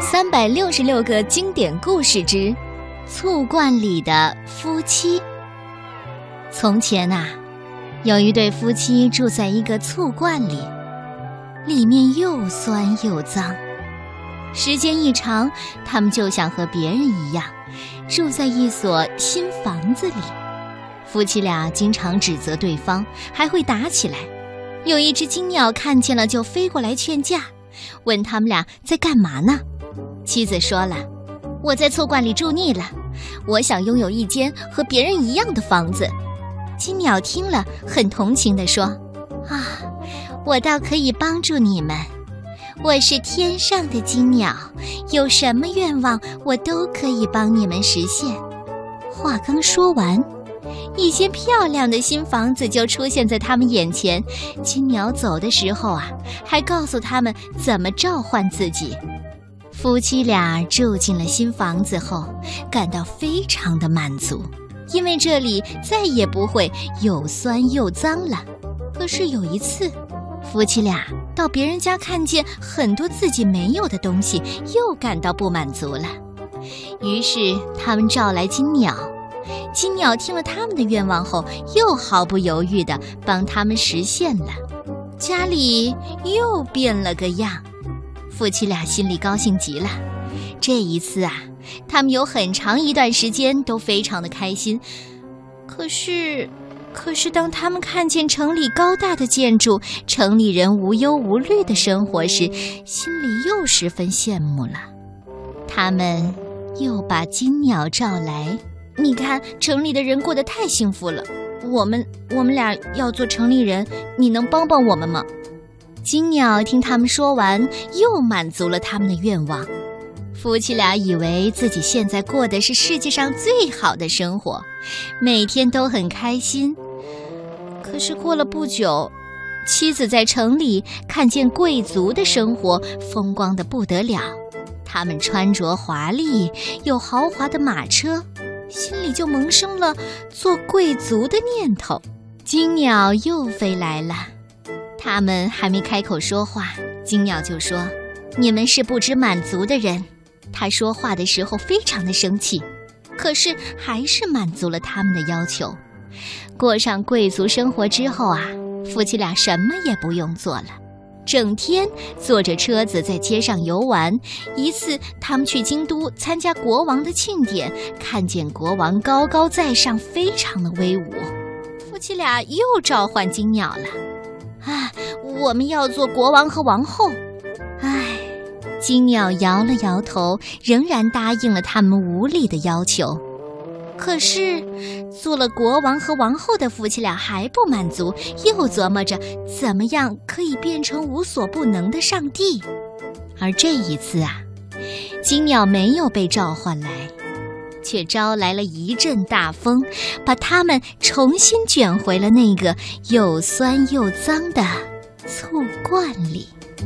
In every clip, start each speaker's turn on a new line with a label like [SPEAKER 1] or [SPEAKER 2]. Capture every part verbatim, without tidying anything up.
[SPEAKER 1] 三百六十六个经典故事之醋罐里的夫妻。从前啊，有一对夫妻住在一个醋罐里，里面又酸又脏。时间一长，他们就想和别人一样，住在一所新房子里。夫妻俩经常指责对方，还会打起来。有一只金鸟看见了就飞过来劝架，问他们俩在干嘛呢？妻子说了，我在醋罐里住腻了，我想拥有一间和别人一样的房子。金鸟听了很同情地说，啊，我倒可以帮助你们，我是天上的金鸟，有什么愿望我都可以帮你们实现。话刚说完，一间漂亮的新房子就出现在他们眼前。金鸟走的时候啊，还告诉他们怎么召唤自己。夫妻俩住进了新房子后，感到非常的满足，因为这里再也不会又酸又脏了。可是有一次，夫妻俩到别人家看见很多自己没有的东西，又感到不满足了。于是他们召来金鸟，金鸟听了他们的愿望后，又毫不犹豫地帮他们实现了。家里又变了个样，夫妻俩心里高兴极了。这一次啊，他们有很长一段时间都非常的开心。可是可是当他们看见城里高大的建筑，城里人无忧无虑的生活时，心里又十分羡慕了。他们又把金鸟召来，你看城里的人过得太幸福了，我们我们俩要做城里人，你能帮帮我们吗？金鸟听他们说完，又满足了他们的愿望。夫妻俩以为自己现在过的是世界上最好的生活，每天都很开心。可是过了不久，妻子在城里看见贵族的生活风光得不得了，他们穿着华丽，有豪华的马车，心里就萌生了做贵族的念头。金鸟又飞来了，他们还没开口说话，金鸟就说，你们是不知满足的人。他说话的时候非常的生气，可是还是满足了他们的要求。过上贵族生活之后啊，夫妻俩什么也不用做了，整天坐着车子在街上游玩。一次他们去京都参加国王的庆典，看见国王高高在上，非常的威武。夫妻俩又召唤金鸟了，啊，我们要做国王和王后。唉，金鸟摇了摇头，仍然答应了他们无理的要求。可是做了国王和王后的夫妻俩还不满足，又琢磨着怎么样可以变成无所不能的上帝。而这一次啊，金鸟没有被召唤来，却招来了一阵大风，把它们重新卷回了那个又酸又脏的醋罐里。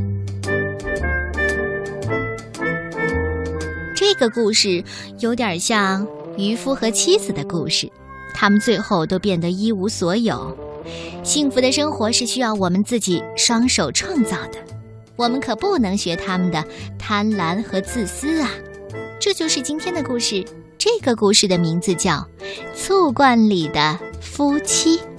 [SPEAKER 1] 这个故事有点像渔夫和妻子的故事，他们最后都变得一无所有。幸福的生活是需要我们自己双手创造的，我们可不能学他们的贪婪和自私啊！这就是今天的故事，这个故事的名字叫《醋罐里的夫妻》。